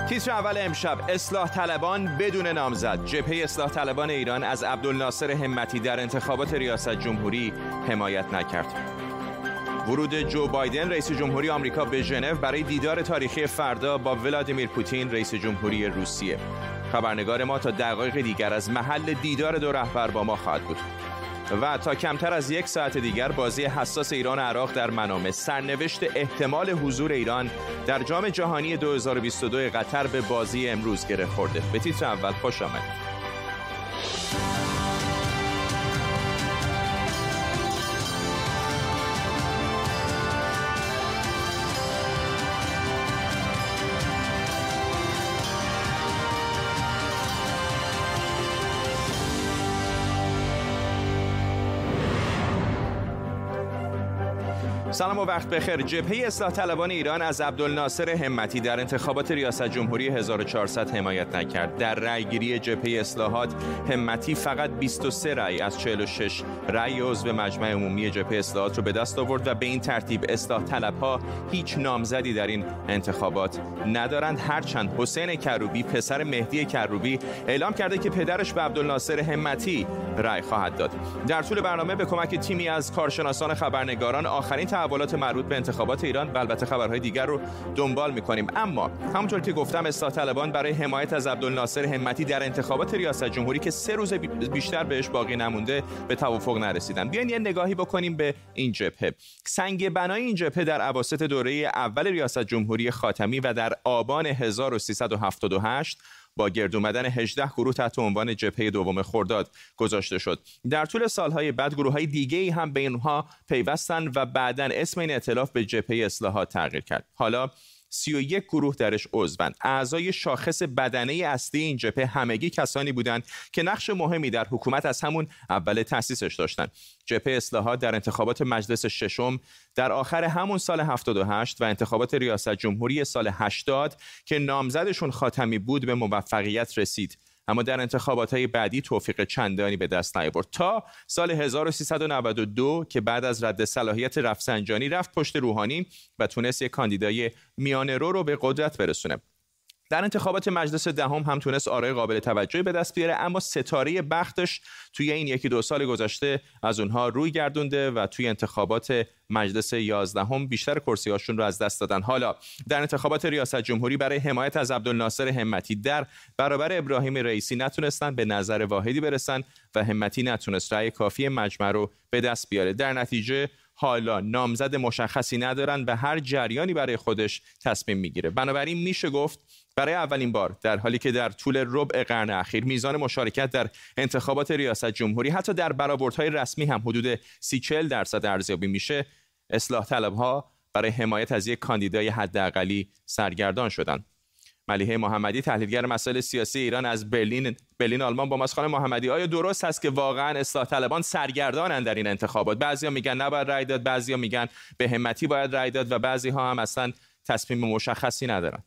تیتر اول امشب: اصلاح طلبان بدون نامزد. جبهه اصلاح طلبان ایران از عبدالناصر همتی در انتخابات ریاست جمهوری حمایت نکرد. ورود جو بایدن رئیس جمهوری آمریکا به ژنو برای دیدار تاریخی فردا با ولادیمیر پوتین رئیس جمهوری روسیه. خبرنگار ما تا دقایق دیگر از محل دیدار دو رهبر با ما خواهد بود. و تا کمتر از یک ساعت دیگر بازی حساس ایران و عراق در منامه. سرنوشت احتمال حضور ایران در جام جهانی 2022 قطر به بازی امروز گره خورده. به تیتر اول خوش آمدید. سلام و وقت بخیر. جبهه اصلاح طلبان ایران از عبدالناصر همتی در انتخابات ریاست جمهوری 1400 حمایت نکرد. در رأیگیری جبهه اصلاحات همتی فقط 23 رأی از 46 رأی عضو مجمع عمومی جبهه اصلاحات رو به دست آورد و به این ترتیب اصلاح طلبها هیچ نامزدی در این انتخابات ندارند، هرچند حسین کروبی پسر مهدی کروبی اعلام کرده که پدرش به عبدالناصر همتی رأی خواهد داد. در طول برنامه به کمک تیمی از کارشناسان خبرنگاران آخرین تحولات مربوط به انتخابات ایران و البته خبرهای دیگر رو دنبال می‌کنیم. اما همونطور که گفتم اصلاح طلبان برای حمایت از عبدالناصر همتی در انتخابات ریاست جمهوری که 3 روز بیشتر بهش باقی نمونده به توافق نرسیدن. بیاین یه نگاهی بکنیم به این جبهه. سنگ بنای این جبهه در اواسط دوره اول ریاست جمهوری خاتمی و در آبان 1378 با گرد اومدن 18 گروه تحت عنوان جبهه دوم خرداد گذاشته شد. در طول سالهای بعد گروه‌های دیگه‌ای هم به اینها پیوستن و بعداً اسم این ائتلاف به جبهه اصلاحات تغییر کرد. حالا 31 گروه درش عضوند. اعضای شاخص بدنه اصلی این جبهه همگی کسانی بودند که نقش مهمی در حکومت از همون اول تأسیسش داشتند. جبهه اصلاحات در انتخابات مجلس ششم در آخر همون سال 78 و انتخابات ریاست جمهوری سال 80 که نامزدشون خاتمی بود به موفقیت رسید، اما در انتخابات‌های بعدی توفیق چندانی به دست نیاورد تا سال 1392 که بعد از رد صلاحیت رفسنجانی رفت پشت روحانی و تونست یک کاندیدای میانه‌رو رو به قدرت برسونه. در انتخابات مجلس دهم هم تونست آرای قابل توجهی به دست بیاره، اما ستاره بختش توی این 1-2 سال گذشته از اونها روی گردونده و توی انتخابات مجلس 11 بیشتر کرسی‌هاشون رو از دست دادن. حالا در انتخابات ریاست جمهوری برای حمایت از عبدالناصر همتی در برابر ابراهیم رئیسی نتونستن به نظر واحدی برسن و همتی نتونست رأی کافی مجمع رو به دست بیاره. در نتیجه حالا نامزد مشخصی ندارن و هر جریانی برای خودش تصمیم میگیره. بنابراین میشه گفت برای اولین بار در حالی که در طول ربع قرن اخیر میزان مشارکت در انتخابات ریاست جمهوری حتی در برآوردهای رسمی هم حدود 30-40% ارزیابی میشه، اصلاح طلبها برای حمایت از یک کاندیدای حداقلی سرگردان شدند. ملیحه محمدی، تحلیلگر مسائل سیاسی ایران از برلین آلمان با ماست. خانم محمدی، آیا درست است که واقعا اصلاح طلبان سرگردانن در این انتخابات؟ بعضیا میگن نباید رأی داد، بعضیا میگن به همتی باید رأی داد و بعضی‌ها هم اصلا تصمیم مشخصی ندارن.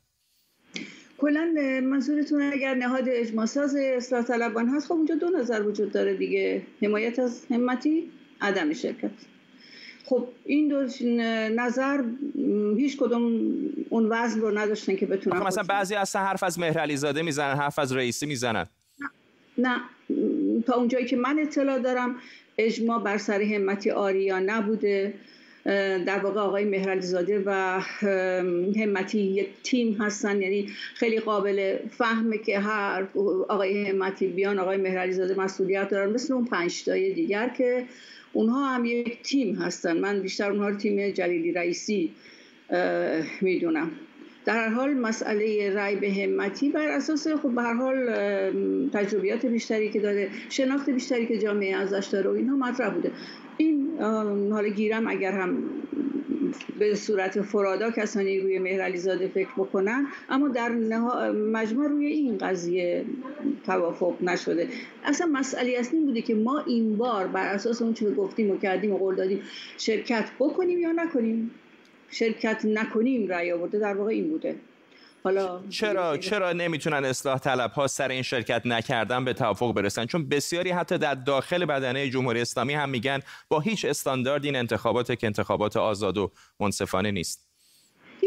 کلا منظورتون اگر نهاد اجماع ساز اصلاح طلبان هست، خب اونجا 2 نظر وجود داره دیگه، حمایت از همتی، عدم شرکت. خب این 2 نظر هیچ کدوم اون وزن رو نداشتن که بتونن. مثلا بعضی اصلا حرف از مهرعلی زاده میزنن، حرف از رئیسی میزنن. نه تا اونجایی که من اطلاع دارم اجماع بر سر همتی آریا نبوده. در واقع آقای مهرعلی زاده و همتی یک تیم هستن، یعنی خیلی قابل فهمه که هر آقای همتی بیان آقای مهرعلی زاده مسئولیت دارن، مثل اون 5 تای دیگر که اونها هم یک تیم هستن. من بیشتر اونها رو تیم جلیلی رئیسی میدونم. در هر حال مسئله رأی به همتی بر اساس خب به هر حال تجربیات بیشتری که داره، شناخت بیشتری که جامعه ازش داره و اینها مطرح بوده. این حالا گیرم اگر هم به صورت فرادا کسانی روی مهرعلی زاده فکر بکنن، اما در مجمع روی این قضیه توافق نشده. اصلا مسئله اصلی بوده که ما این بار بر اساس اون چیزی گفتیم و کردیم و قول دادیم شرکت بکنیم یا نکنیم. شرکت نکنیم رأی آورده، در واقع این بوده. حالا چرا نمیتونن اصلاح طلب‌ها سر این شرکت نکردن به توافق برسن؟ چون بسیاری حتی در داخل بدنه جمهوری اسلامی هم میگن با هیچ استاندارد این انتخابات که انتخابات آزاد و منصفانه نیست.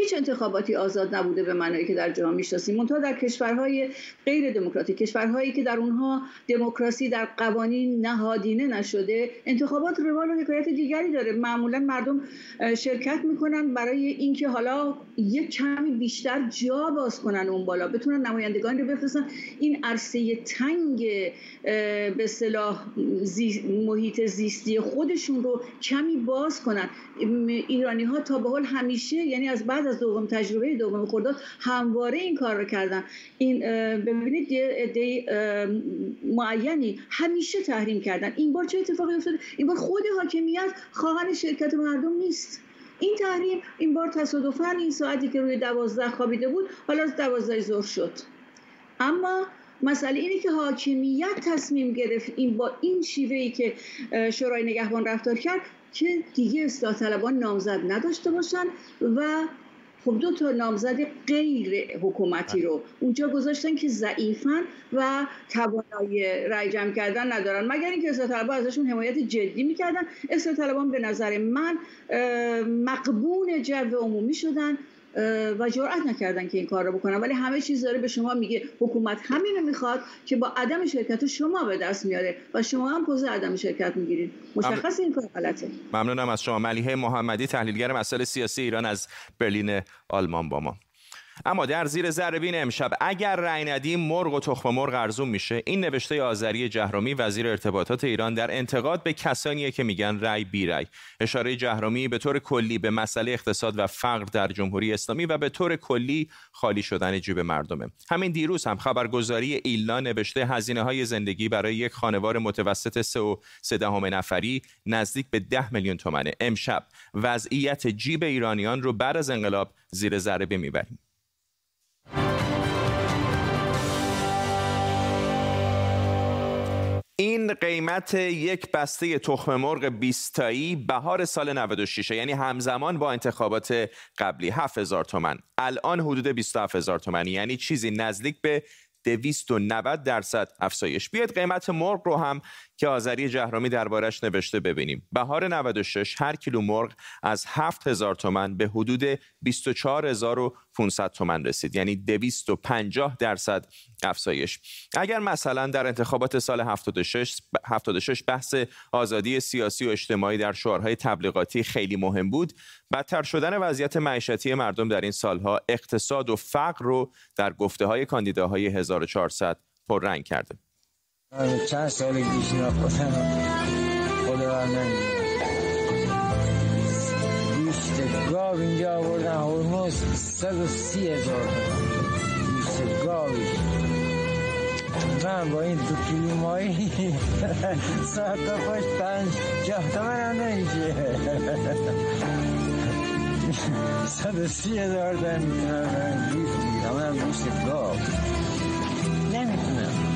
هیچ انتخاباتی آزاد نبوده به معنی که در جهان میشناسیم، منتها در کشورهای غیر دموکراتیک، کشورهایی که در اونها دموکراسی در قوانین نهادینه نشده، انتخابات روال و حکایت دیگری داره. معمولا مردم شرکت میکنن برای اینکه حالا یک کمی بیشتر جا باز کنن اون بالا، بتونن نمایندگان رو بفرستن این عرصه تنگ به اصطلاح محیط زیستی خودشون رو کمی باز کنن. ایرانی ها تا به حال همیشه، یعنی از بعد از تجربه دوم خرداد همواره این کار رو کردن. این ببینید عده معینی همیشه تحریم کردن. این بار چه اتفاقی افتاد؟ این بار خود حاکمیت خواهان شرکت مردم نیست. این تحریم این بار تصادفاً این ساعتی که روی 12 خوابیده بود حالا 12 ظهر شد. اما مسئله اینه که حاکمیت تصمیم گرفت این با این شیوهی که شورای نگهبان رفتار کرد که دیگه اصلاح طلبان نامزد نداشته باشن و خب 2 تا نامزد غیر حکومتی رو اونجا گذاشتن که ضعیفن و توانایی رأی جمع کردن ندارن، مگر اینکه اصلاح طلبان ازشون حمایت جدی میکردن. اصلاح طلبان به نظر من مقبون جو عمومی شدن و جرئت نکردن که این کار رو بکنن، ولی همه چیز داره به شما میگه حکومت همین رو میخواد که با عدم شرکت شما به دست میاره و شما هم پوز عدم شرکت میگیرید. مشخص این کار غلطه. ممنونم از شما. ملیحه محمدی، تحلیلگر مسائل سیاسی ایران از برلین آلمان با ما. اما در زیر ذره‌بین امشب اگر رأی ندیم مرغ و تخم مرغ ارزون میشه. این نوشته آذری جهرمی وزیر ارتباطات ایران در انتقاد به کسانیه که میگن رأی بی رأی. اشاره جهرمی به طور کلی به مسئله اقتصاد و فقر در جمهوری اسلامی و به طور کلی خالی شدن جیب مردمه. همین دیروز هم خبرگزاری ایلنا نوشته هزینه‌های زندگی برای یک خانوار متوسط 3.3 نفری نزدیک به 10 میلیون تومانه. امشب وضعیت جیب ایرانیان رو بعد از انقلاب زیر ذره‌بین میبریم. این قیمت یک بسته تخم مرغ 20 تایی بهار سال 96، یعنی همزمان با انتخابات قبلی 7000 تومان. الان حدود 27000 تومانی، یعنی چیزی نزدیک به 290% افزایش. بیاید قیمت مرغ رو هم که آذری جهرمی دربارش نوشته ببینیم. بهار 96 هر کیلو مرغ از 7000 تومان به حدود 24500 تومان رسید، یعنی 250% افزایش. اگر مثلا در انتخابات سال 76 بحث آزادی سیاسی و اجتماعی در شعارهای تبلیغاتی خیلی مهم بود، بدتر شدن وضعیت معیشتی مردم در این سالها اقتصاد و فقر رو در گفته‌های کاندیداهای 1400 پررنگ کرده. چند سال پیش خدا گوشت گاو اینجا آوردن هرمز 130,000 گوشت گاوی. من با این 2 کیلو ماهی ساعت تا پاش 50 تومن هم نمیشه. 130,000 تا میتونم گوشت بگیرم. من گوشت گاو نمیتونم.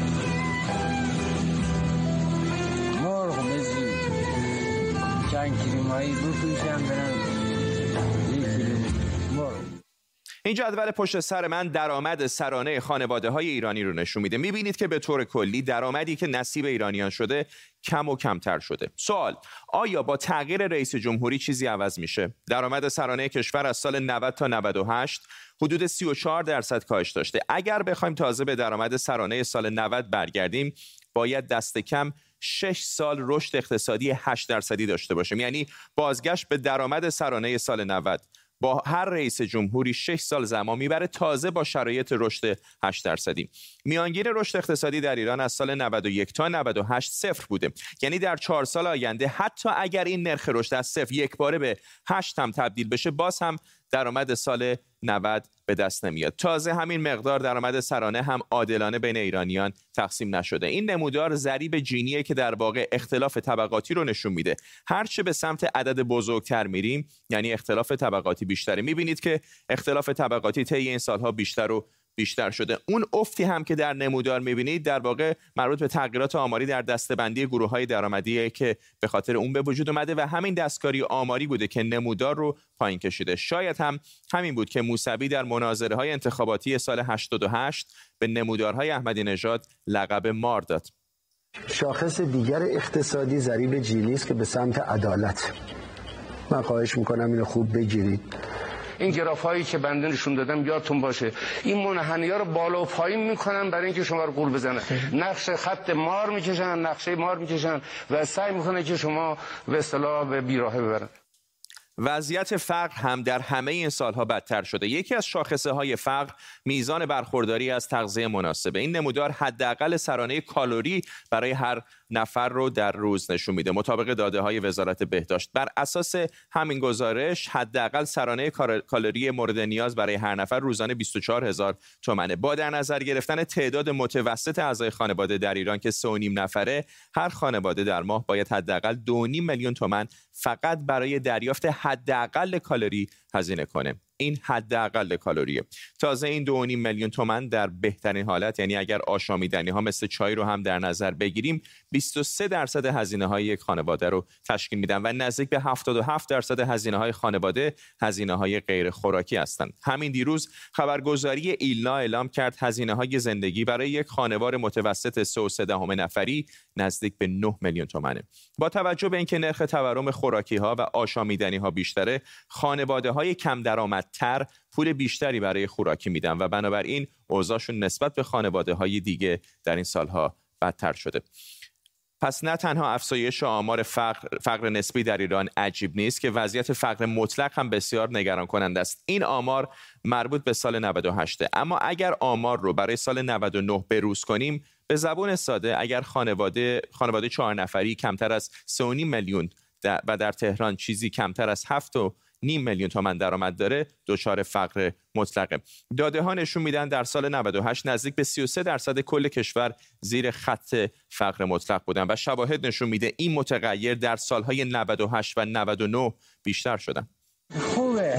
مرغ مزید چند کیلو ماهی بفروشم برم 1 کیلو مرغ. این جدول پشت سر من درآمد سرانه خانواده‌های ایرانی رو نشون میده. میبینید که به طور کلی درآمدی که نصیب ایرانیان شده کم و کمتر شده. سوال: آیا با تغییر رئیس جمهوری چیزی عوض میشه؟ درآمد سرانه کشور از سال 90 تا 98 حدود 34% کاهش داشته. اگر بخوایم تازه به درآمد سرانه سال 90 برگردیم، باید دست کم 6 سال رشد اقتصادی 8% داشته باشیم. یعنی بازگشت به درآمد سرانه سال 90 با هر رئیس جمهوری 6 سال زمان میبره، تازه با شرایط رشد 8%. میانگین رشد اقتصادی در ایران از سال 91 تا 98 صفر بوده. یعنی در 4 سال آینده حتی اگر این نرخ رشد از صفر یک باره به 8 هم تبدیل بشه، باز هم درآمد سال 90 به دست نمیاد. تازه همین مقدار درآمد سرانه هم عادلانه بین ایرانیان تقسیم نشده. این نمودار ضریب جینیه که در واقع اختلاف طبقاتی رو نشون میده. هرچه به سمت عدد بزرگتر میریم، یعنی اختلاف طبقاتی بیشتره. میبینید که اختلاف طبقاتی طی این سالها بیشتر و بیشتر شده. اون افتی هم که در نمودار می‌بینید در واقع مربوط به تغییرات آماری در دسته‌بندی گروه‌های درآمدی که به خاطر اون به وجود اومده و همین دستکاری آماری بوده که نمودار رو پایین کشیده. شاید هم همین بود که موسوی در مناظره‌های انتخاباتی سال 88 به نمودارهای احمدی نژاد لقب مار داد. شاخص دیگر اقتصادی ضریب جینی است که به سمت عدالت. من خواهش می‌کنم اینو خوب بگیرید. این گراف‌هایی که بنده نشون دادم یادتون باشه، این منحنی‌ها رو بالا و پایین میکنن برای اینکه شما رو گول بزنن. نقش خط مار میکشن، نقشه مار میکشن و سعی میکنه که شما به اصطلاح به بیراهه ببرن. وضعیت فقر هم در همه این سالها بدتر شده. یکی از شاخصه‌های فقر میزان برخورداری از تغذیه مناسبه. این نمودار حداقل سرانه کالری برای هر نفر رو در روز نشون میده. مطابق داده‌های وزارت بهداشت، بر اساس همین گزارش حداقل سرانه کالری مورد نیاز برای هر نفر روزانه 24000 تومانه. با در نظر گرفتن تعداد متوسط اعضای خانواده در ایران که 3.5 نفره، هر خانواده در ماه باید حداقل 2.5 میلیون تومان فقط برای دریافت حداقل کالری هزینه کنه. این حداقل کالریه. تازه این 2.5 میلیون تومان در بهترین حالت، یعنی اگر آشامیدنی ها مثل چای رو هم در نظر بگیریم، 23% هزینه های یک خانواده رو تشکیل میدن و نزدیک به 77% هزینه های خانواده هزینه های غیر خوراکی هستند. همین دیروز خبرگزاری ایلنا اعلام کرد هزینه های زندگی برای یک خانوار متوسط 3.3 نفری نزدیک به 9 میلیون تومانه. با توجه به اینکه نرخ تورم خوراکی ها و آشامیدنی ها بیشتره، خانواده های کم درآمدتر پول بیشتری برای خوراکی میدن و بنابراین اوضاعشون نسبت به خانواده های دیگه در این سالها بدتر شده. پس نه تنها افزایش آمار فقر نسبی در ایران عجیب نیست که وضعیت فقر مطلق هم بسیار نگران کننده است. این آمار مربوط به سال 98، اما اگر آمار رو برای سال 99 بروز کنیم، به زبان ساده اگر خانواده 4 نفری کمتر از 3.5 میلیون و در تهران چیزی کمتر از 7.5 میلیون تومان درآمد داره، دچار فقر مطلقه. داده ها نشون میدن در سال 98 نزدیک به 33% کل کشور زیر خط فقر مطلق بودن و شواهد نشون میده این متغیر در سالهای 98 و 99 بیشتر شدن. خوبه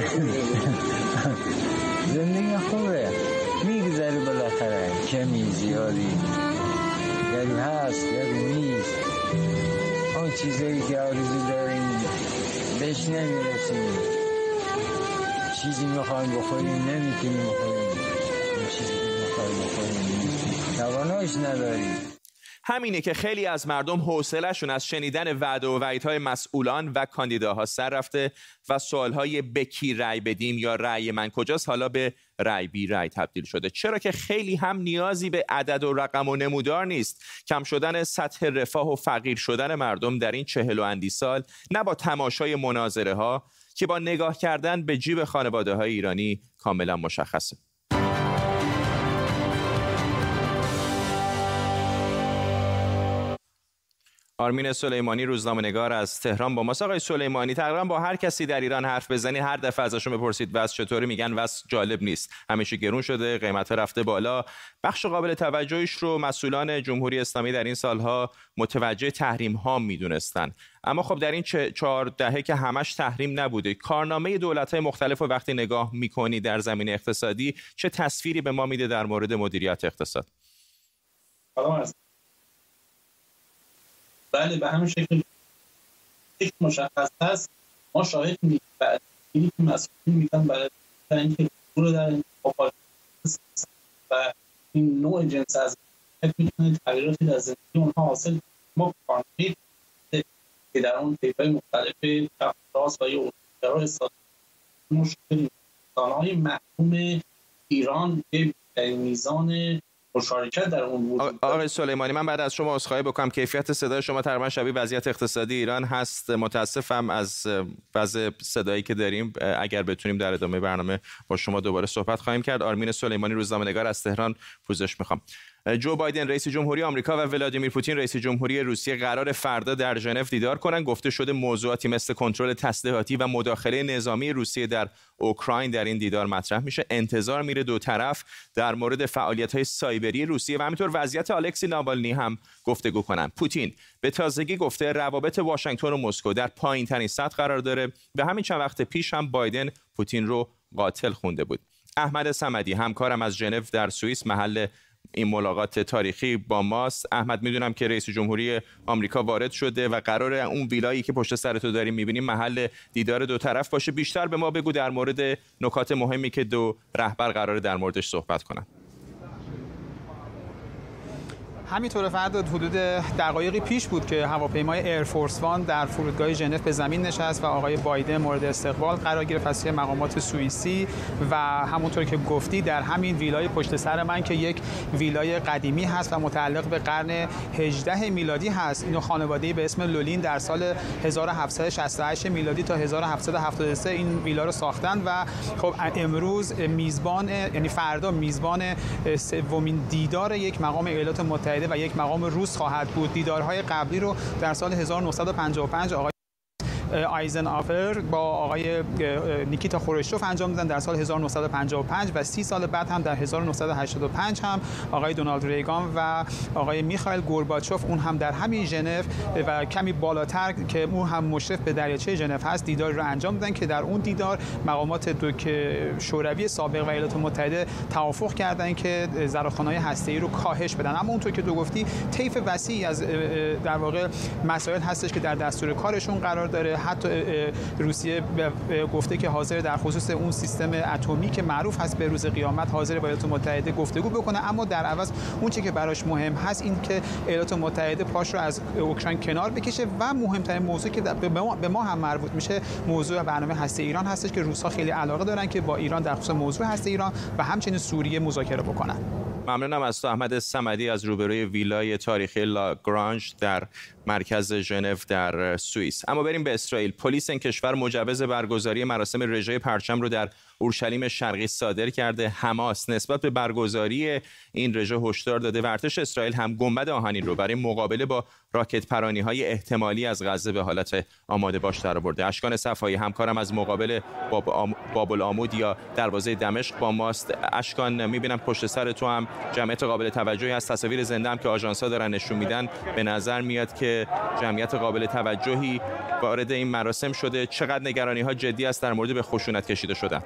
زندگی خوبه، میگذره بالاخره، کمی زیادی گری هست گری نیست، اون چیزایی که آرزو داریم بهش نمیرسیم، چیزی میخوایم بخوریم نمیتونیم بخوریم، چیزی میخوایم بخوریم تواناییش نداریم. همینه که خیلی از مردم حوصله‌شون از شنیدن وعده و وعیدهای مسئولان و کاندیداها سر رفته و سوالهای به کی رأی بدیم یا رأی من کجاست حالا به رأی بی رأی تبدیل شده. چرا که خیلی هم نیازی به عدد و رقم و نمودار نیست. کم شدن سطح رفاه و فقیر شدن مردم در این 40 و اندی سال نه با تماشای مناظره ها که با نگاه کردن به جیب خانواده های ایرانی کاملا مشخصه. آرمین سلیمانی روزنامه‌نگار از تهران با ماست. آقای سلیمانی، تقریبا با هر کسی در ایران حرف بزنی هر دفعه ازشون بپرسید وضع چطوری میگن وضع جالب نیست، همیشه گرون شده، قیمت رفته بالا. بخش قابل توجهش رو مسئولان جمهوری اسلامی در این سالها متوجه تحریم ها میدونستن، اما خب در این 4 دهه که همش تحریم نبوده، کارنامه دولت‌های مختلف رو وقتی نگاه میکنی در زمینه اقتصادی چه تصویری به ما میده در مورد مدیریت اقتصاد؟ بله، به همین شکل یک مشخص هست. ما شاهد می‌بینیم بعد اینی که مسئولین میگن برای اینکه رو در انتخابات و این نوع جنس از میتونه تغییراتی در زندگی اونها حاصل ما کارنامه که در اون طیف‌های مختلف راست و یا اونجا حساب مشکلی انسان‌های محکوم ایران که در میزان مشارکت در اون بود. آقای سلیمانی، من بعد از شما عذرخواهی بکنم، کیفیت صدای شما تقریبا شبیه وضعیت اقتصادی ایران هست. متاسفم از وضع صدایی که داریم. اگر بتونیم در ادامه برنامه با شما دوباره صحبت خواهیم کرد. آرمین سلیمانی روزنامه‌نگار از تهران، پوزش میخوام. جو بایدن رئیس جمهوری آمریکا و ولادیمیر پوتین رئیس جمهوری روسیه قرار فردا در ژنو دیدار کنند. گفته شده موضوعاتی مثل کنترل تسلیحاتی و مداخله نظامی روسیه در اوکراین در این دیدار مطرح میشه. انتظار میره دو طرف در مورد فعالیت‌های سایبری روسیه و همینطور وضعیت الکسی ناوالنی هم گفتگو کنند. پوتین به تازگی گفته روابط واشنگتن و مسکو در پایین‌ترین سطح قرار داره و همین چند وقت پیش هم بایدن پوتین رو قاتل خونده بود. احمد صمدی همکارم از ژنو در سوئیس محل این ملاقات تاریخی با ماست. احمد، میدونم که رئیس جمهوری آمریکا وارد شده و قراره اون ویلایی که پشت سر تو داریم میبینیم محل دیدار دو طرف باشه. بیشتر به ما بگو در مورد نکات مهمی که دو رهبر قراره در موردش صحبت کنن. همینطور فرد حدود دقایقی پیش بود که هواپیمای ایرفورس وان در فرودگاه ژنو به زمین نشست و آقای بایدن مورد استقبال قرار گرفت از مقامات سوئیسی و همونطور که گفتی در همین ویلای پشت سر من که یک ویلای قدیمی هست و متعلق به قرن 18 میلادی هست، اینو خانواده‌ای به اسم لولین در سال 1768 میلادی تا 1773 این ویلا رو ساختن و خب امروز میزبان، یعنی فردا میزبان سومین دیدار یک مقام ایالات متحده و یک مقام روس خواهد بود. دیدارهای قبلی رو در سال 1955 آقای آیزنهاور با آقای نیکیتا خروشچوف انجام دادن در سال 1955 و 30 سال بعد هم در 1985 هم آقای دونالد ریگان و آقای میخائیل گورباچوف اون هم در همین ژنو و کمی بالاتر که اون هم مشرف به دریاچه ژنو هست دیدار رو انجام دادن که در اون دیدار مقامات شوروی سابق و ایالات متحده توافق کردن که زرافخانه‌های هسته‌ای رو کاهش بدن. اما اونطور که گفتی طیف وسیعی از در واقع مسائل هستش که در دستور کارشون قرار داره. حتی روسیه گفته که حاضر در خصوص اون سیستم اتمی که معروف هست به روز قیامت حاضر با ایالات متحده گفتگو بکنه، اما در عوض اون چیزی که براش مهم هست این که ایالات متحده پاش رو از اوکراین کنار بکشه و مهمترین موضوع که به ما هم مربوط میشه موضوع برنامه هسته ایران هستش که روس‌ها خیلی علاقه دارن که با ایران در خصوص موضوع هسته ایران و همچنین سوریه مذاکره بکنن. ممنونم از تو احمد صمدی از روبروی ویلای تاریخی لاگرانژ در مرکز ژنو در سوئیس. اما بریم به اسرائیل. پلیس این کشور مجوز برگزاری مراسم رژه پرچم رو در اورشلیم شرقی صادر کرده. حماس نسبت به برگزاری این رژه هشدار داده و ارتش اسرائیل هم گنبد آهنین رو برای مقابله با راکت پرانی‌های احتمالی از غزه به حالت آماده باش درآورده. اشکان صفایی همکارم از مقابل باب العمود یا دروازه دمشق با ماست. اشکان می‌بینم پشت سر تو هم جمعیت قابل توجهی هست. تصاویر زنده هم که آژانس‌ها دارن نشون میدن به نظر میاد که جمعیت قابل توجهی وارد این مراسم شده. چقدر نگرانی‌ها جدی است در مورد به خشونت کشیده شدن؟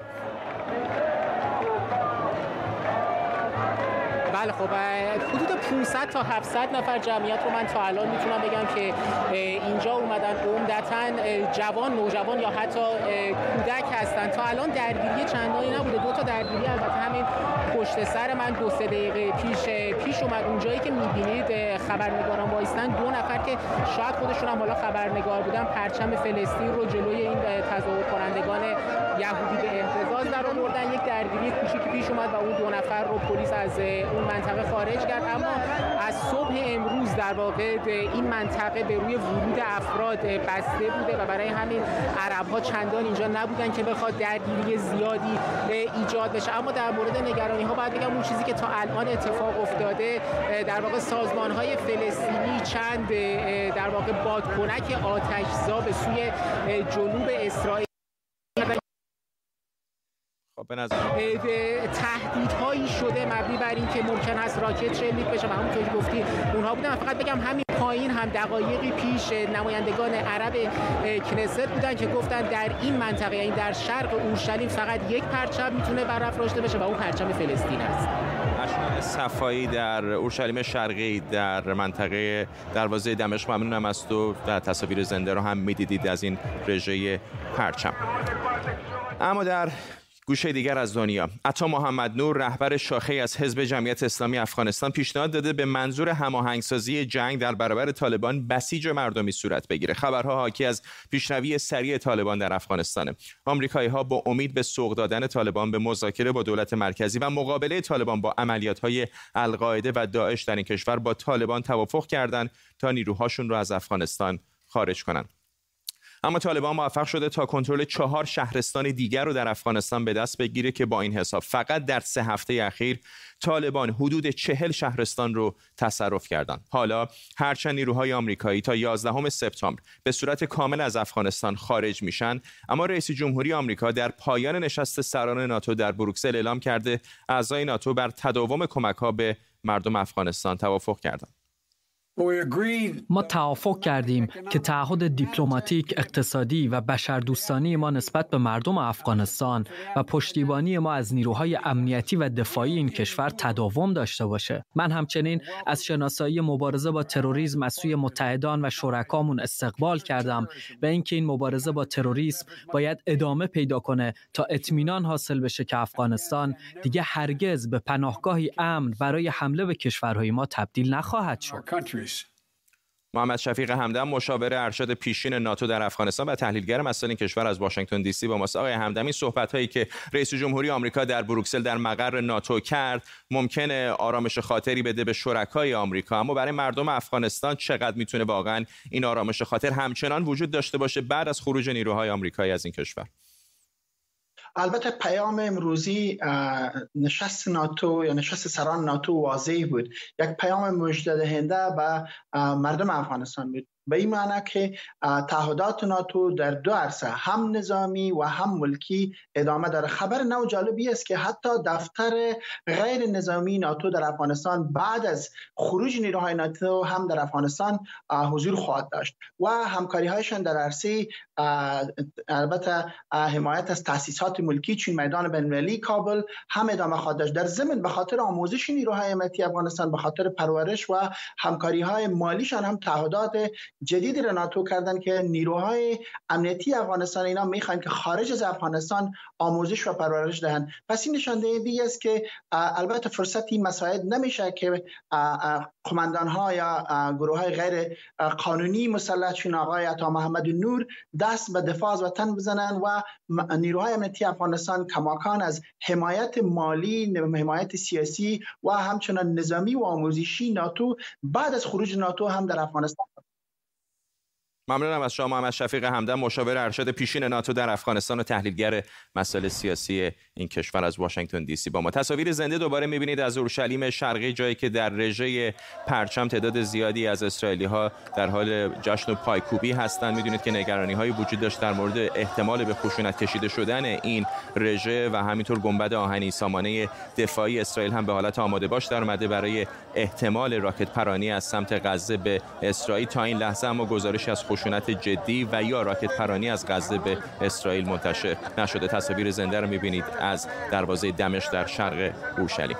بله خب حدود 500 تا 700 نفر جمعیت رو من تا الان میتونم بگم که اینجا اومدن. عمدتاً جوان، نوجوان یا حتی کودک هستن. تا الان درگیری چندانی نبوده. 2 تا درگیری البته همین پشت سر من 2-3 دقیقه پیش اومد. اونجایی که میبینید خبرنگاران وایستن 2 نفر که شاید خودشون هم حالا خبرنگار بودن پرچم فلسطین رو جلوی این تظاهر کنندگان یهودی به اهتزاز درآوردن. یک درگیری کوچیکی پیش اومد و اون 2 نفر رو پلیس از اون منطقه خارج کرد. اما از صبح امروز در واقع این منطقه به روی ورود افراد بسته بوده و برای همین عرب‌ها چندان اینجا نبودن که بخواد درگیری زیادی ایجاد بشه. اما در مورد نگرانی‌ها باید بگم اون چیزی که تا الان اتفاق افتاده در واقع سازمان‌های فلسطینی چند در واقع بادکنک آتش‌زا به سوی جنوب اسرائیل تهدیدهایی شده مبنی بر این که ممکن است راکت شلیک بشه و همونطور که گفتی اونها بودن. فقط بگم همین پایین هم دقایقی پیش نمایندگان عرب کنست بودن که گفتن در این منطقه یعنی در شرق اورشلیم فقط یک پرچم میتونه برافراشته بشه و اون پرچم فلسطین است. اشکان صفایی در اورشلیم شرقی در منطقه دروازه دمشق. ممنونم از تو. در تصاویر زنده رو هم میدیدید از این رژه پرچم. اما در گوشه دیگر از دنیا عطا محمد نور رهبر شاخه از حزب جمعیت اسلامی افغانستان پیشنهاد داده به منظور هماهنگسازی جنگ در برابر طالبان بسیج مردمی صورت بگیره. خبرها حاکی از پیشروی سریع طالبان در افغانستان. آمریکایی‌ها با امید به سوق دادن طالبان به مذاکره با دولت مرکزی و مقابله طالبان با عملیات‌های القاعده و داعش در این کشور با طالبان توافق کردند تا نیروهاشون رو از افغانستان خارج کنند. اما طالبان موفق شده تا کنترل 4 شهرستان دیگر رو در افغانستان به دست بگیره که با این حساب فقط در 3 هفته اخیر طالبان حدود 40 شهرستان رو تصرف کردند. حالا هرچند نیروهای آمریکایی تا 11 سپتامبر به صورت کامل از افغانستان خارج میشن، اما رئیس جمهوری آمریکا در پایان نشست سران ناتو در بروکسل اعلام کرده اعضای ناتو بر تداوم کمک‌ها به مردم افغانستان توافق کردند. ما توافق کردیم که تعهد دیپلماتیک، اقتصادی و بشردوستانه ما نسبت به مردم افغانستان و پشتیبانی ما از نیروهای امنیتی و دفاعی این کشور تداوم داشته باشه. من همچنین از شناسایی مبارزه با تروریسم از سوی متحدان و شرکامون استقبال کردم و اینکه این مبارزه با تروریسم باید ادامه پیدا کنه تا اطمینان حاصل بشه که افغانستان دیگه هرگز به پناهگاهی امن برای حمله به کشورهای ما تبدیل نخواهد شد. محمد شفیق همدم، مشاور ارشد پیشین ناتو در افغانستان و تحلیلگر مسائل این کشور از واشنگتن دی سی با ماست. آقای همدم، این صحبت‌هایی که رئیس جمهوری آمریکا در بروکسل در مقر ناتو کرد ممکنه آرامش خاطری بده به شرکای آمریکا، اما برای مردم افغانستان چقدر میتونه واقعا این آرامش خاطر همچنان وجود داشته باشه بعد از خروج نیروهای آمریکایی از این کشور؟ البته پیام امروزی نشست ناتو یا نشست سران ناتو واضح بود، یک پیام مژده‌دهنده به مردم افغانستان بود، به این معنی که تعهدات ناتو در دو عرصه هم نظامی و هم ملکی ادامه داره. خبر نو جالبی است که حتی دفتر غیر نظامی ناتو در افغانستان بعد از خروج نیروهای ناتو هم در افغانستان حضور خواهد داشت و همکاری‌هایشان در عرصه البته حمایت از تأسیسات ملکی چون میدان بین‌المللی کابل هم ادامه خواهد داشت. در ضمن به خاطر آموزش نیروهای امنیتی افغانستان، به خاطر پرورش و همکاری‌های مالیشان هم تعهدات جدیدی را ناتو کردن که نیروهای امنیتی افغانستان اینا میخوان که خارج از افغانستان آموزش و پرورش دهند. پس این نشان دهنده است که البته فرصتی مساعد نمیشه که قماندان‌ها یا گروه‌های غیر قانونی مسلح چون آقای عطا محمد نور دست به دفاع از وطن بزنن و نیروهای امنیتی افغانستان کماکان از حمایت مالی، حمایت سیاسی و همچنان نظامی و آموزشی ناتو بعد از خروج ناتو هم در افغانستان. ممنونم از شما محمد شفیق همدم، مشاور ارشد پیشین ناتو در افغانستان و تحلیلگر مسائل سیاسی این کشور از واشنگتن دی سی با ما. تصاویر زنده دوباره می‌بینید از اورشلیم شرقی، جایی که در رژه پرچم تعداد زیادی از اسرائیلی‌ها در حال جشن و پایکوبی هستند. می‌دونید که نگرانی‌هایی وجود داشت در مورد احتمال به خشونت کشیده شدن این رژه و همینطور گنبد آهنی سامانه دفاعی اسرائیل هم به حالت آماده باش در اومده برای احتمال راکت پرانی از سمت غزه به اسرائیل. تا این لحظه اما گزارشی از خشونت جدی و یا راکت پرانی از غزه به اسرائیل منتشر نشده. تصاویر زنده رو می‌بینید از دروازه دمشق در شرق اورشلیم.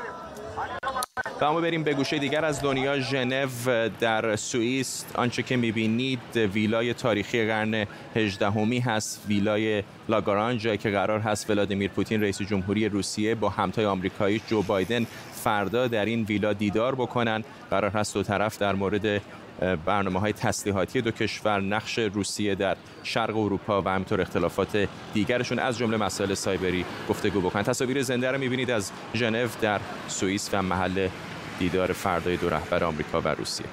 و اما بریم به گوشه دیگر از دنیا، ژنو در سوئیس. آنچه که می‌بینید ویلای تاریخی قرن 18می هست، ویلای لاگرانژ، جایی که قرار هست ولادیمیر پوتین رئیس جمهوری روسیه با همتای آمریکایی جو بایدن فردا در این ویلا دیدار بکنن. قرار هست دو طرف در مورد برنامه‌های تسلیحاتی دو کشور، نقش روسیه در شرق اروپا و همینطور اختلافات دیگرشون از جمله مسائل سایبری گفتگو بکنن. تصاویر زنده رو می‌بینید از ژنو در سوئیس و محل دیدار فردای دو رهبر آمریکا و روسیه.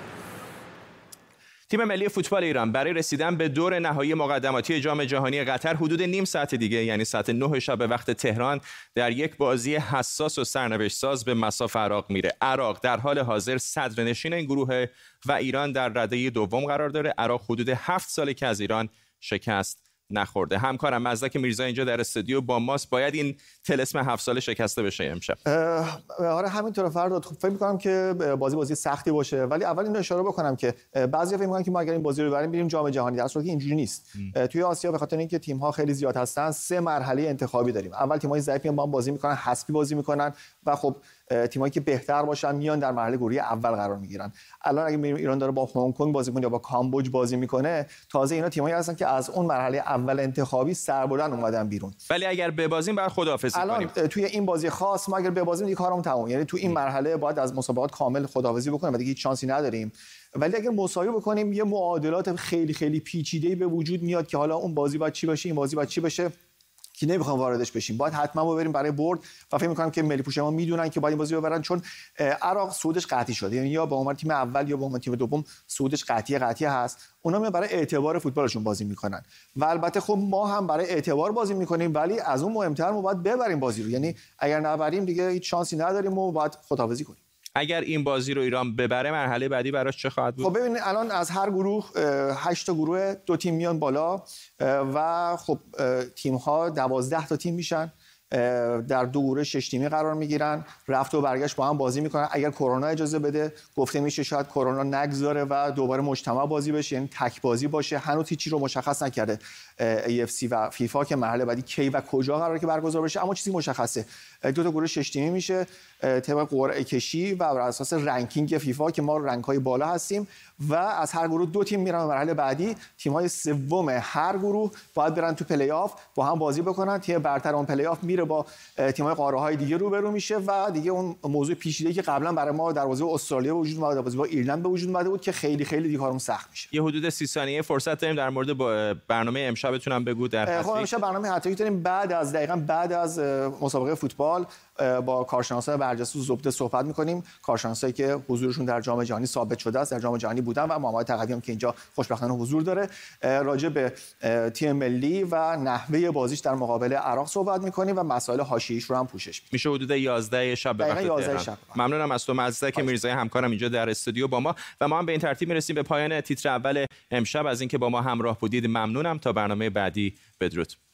تیم ملی فوتبال ایران برای رسیدن به دور نهایی مقدماتی جام جهانی قطر حدود نیم ساعت دیگه، یعنی ساعت 9 شب به وقت تهران، در یک بازی حساس و سرنوشت ساز به مصاف عراق میره. عراق در حال حاضر صدرنشین این گروه و ایران در رده دوم قرار داره. عراق حدود 7 ساله که از ایران شکست نخورده. همکارم مزدک میرزا اینجا در استودیو با ماست. باید این طلسم 7 ساله شکسته بشه امشب. آره همینطوره فرداد. فکر می‌کنم که بازی سختی باشه، ولی اول اینو اشاره بکنم که بعضیا فکر می‌کنن که ما اگر این بازی رو ببریم بریم جام جهانی، در صورتی که اینجوری نیست. توی آسیا به خاطر اینکه تیم‌ها خیلی زیاد هستن 3 مرحله انتخابی داریم. اول تیم‌های ضعیف میان با هم بازی می‌کنن، حذفی بازی می‌کنن و خب تیمایی که بهتر باشن میان در مرحله گروهی اول قرار میگیرن. الان اگه ایران داره با هنگ کنگ بازی می‌کنه یا با کامبوج بازی می‌کنه، تازه اینا تیمایی هستن که از اون مرحله اول انتخابی سربلند اومدن بیرون. ولی اگر ببازیم بعد خداحافظی کنیم. الان توی این بازی خاص ما اگر ببازیم دیگه کارمون تموم، یعنی تو این مرحله باید از مسابقات کامل خداحافظی بکنیم و دیگه هیچ شانسی نداریم. ولی اگر مساوی بکنیم یه معادلات خیلی خیلی پیچیده‌ای به وجود میاد که حالا اون بازی باید چی بشه، این بازی باید چی بشه، که نمیخوام واردش بشیم. باید حتما بریم برای برد و فکر می‌کنم که ملی پوش ما میدونن که باید این بازی رو ببرن، چون عراق صعودش قطعی شده، یعنی یا به عنوان تیم اول یا به عنوان تیم دوم صعودش قطعی هست. اونا میان برای اعتبار فوتبالشون بازی میکنن و البته خب ما هم برای اعتبار بازی میکنیم، ولی از اون مهمتر ما باید ببریم بازی رو، یعنی اگر نبریم دیگه هیچ شانسی نداریم و باید خداحافظی کنیم. اگر این بازی رو ایران ببره مرحله بعدی براش چه خواهد بود؟ خب ببینید الان از هر گروه 8 تا گروه 2 تیم میان بالا و خب تیم ها 12 تا تیم میشن در دو گروه 6 تیمی قرار میگیرن، رفت و برگشت با هم بازی میکنن. اگر کرونا اجازه بده گفته میشه شاید کرونا نگذاره و دوباره مجتمع بازی بشه، یعنی تک بازی باشه. هنوز هیچی رو مشخص نکرده AFC و فیفا که مرحله بعدی کی و کجا قراره که برگزار بشه، اما چیزی مشخصه. دو تا گروه 6 تیمی میشه طبق قرعه کشی و بر اساس رنکینگ فیفا که ما رنک‌های بالا هستیم و از هر گروه 2 تیم میرن به مرحله بعدی. تیم‌های سوم هر گروه باید برن تو پلی آف با هم بازی بکنن. تیم برتر اون پلی آف میره با تیم‌های قاره‌های دیگه روبرو میشه و دیگه اون موضوع پیچیده‌ای که قبلا برای ما در بازی استرالیا به وجود اومد، در بازی با ایرلند به وجود اومده بود که خیلی خیلی دیگه کارم سخت میشه. یه حدود 30 ثانیه فرصت داریم در مورد برنامه امشبتون هم بگو. در خب امشب برنامه هتریک داریم. بعد از مسابقه فوتبال با کارشناسای برجسته زبده صحبت می‌کنیم، کارشناسایی که حضورشون در جام جهانی ثابت شده است، در جام جهانی بودن و محمد تقوی هم که اینجا خوشبختانه حضور داره. راجع به تیم ملی و نحوه بازیش در مقابل عراق صحبت می‌کنیم و مسائل حاشیه‌ایش رو هم پوشش می‌دیم. میشه حدود 11 شب به وقت تهران. ممنونم از تو مزدک میرزای همکارم اینجا در استودیو با ما و ما هم به این ترتیب میرسیم به پایان تیتر اول امشب. از اینکه با ما همراه بودید ممنونم. تا برنامه بعدی بدرود.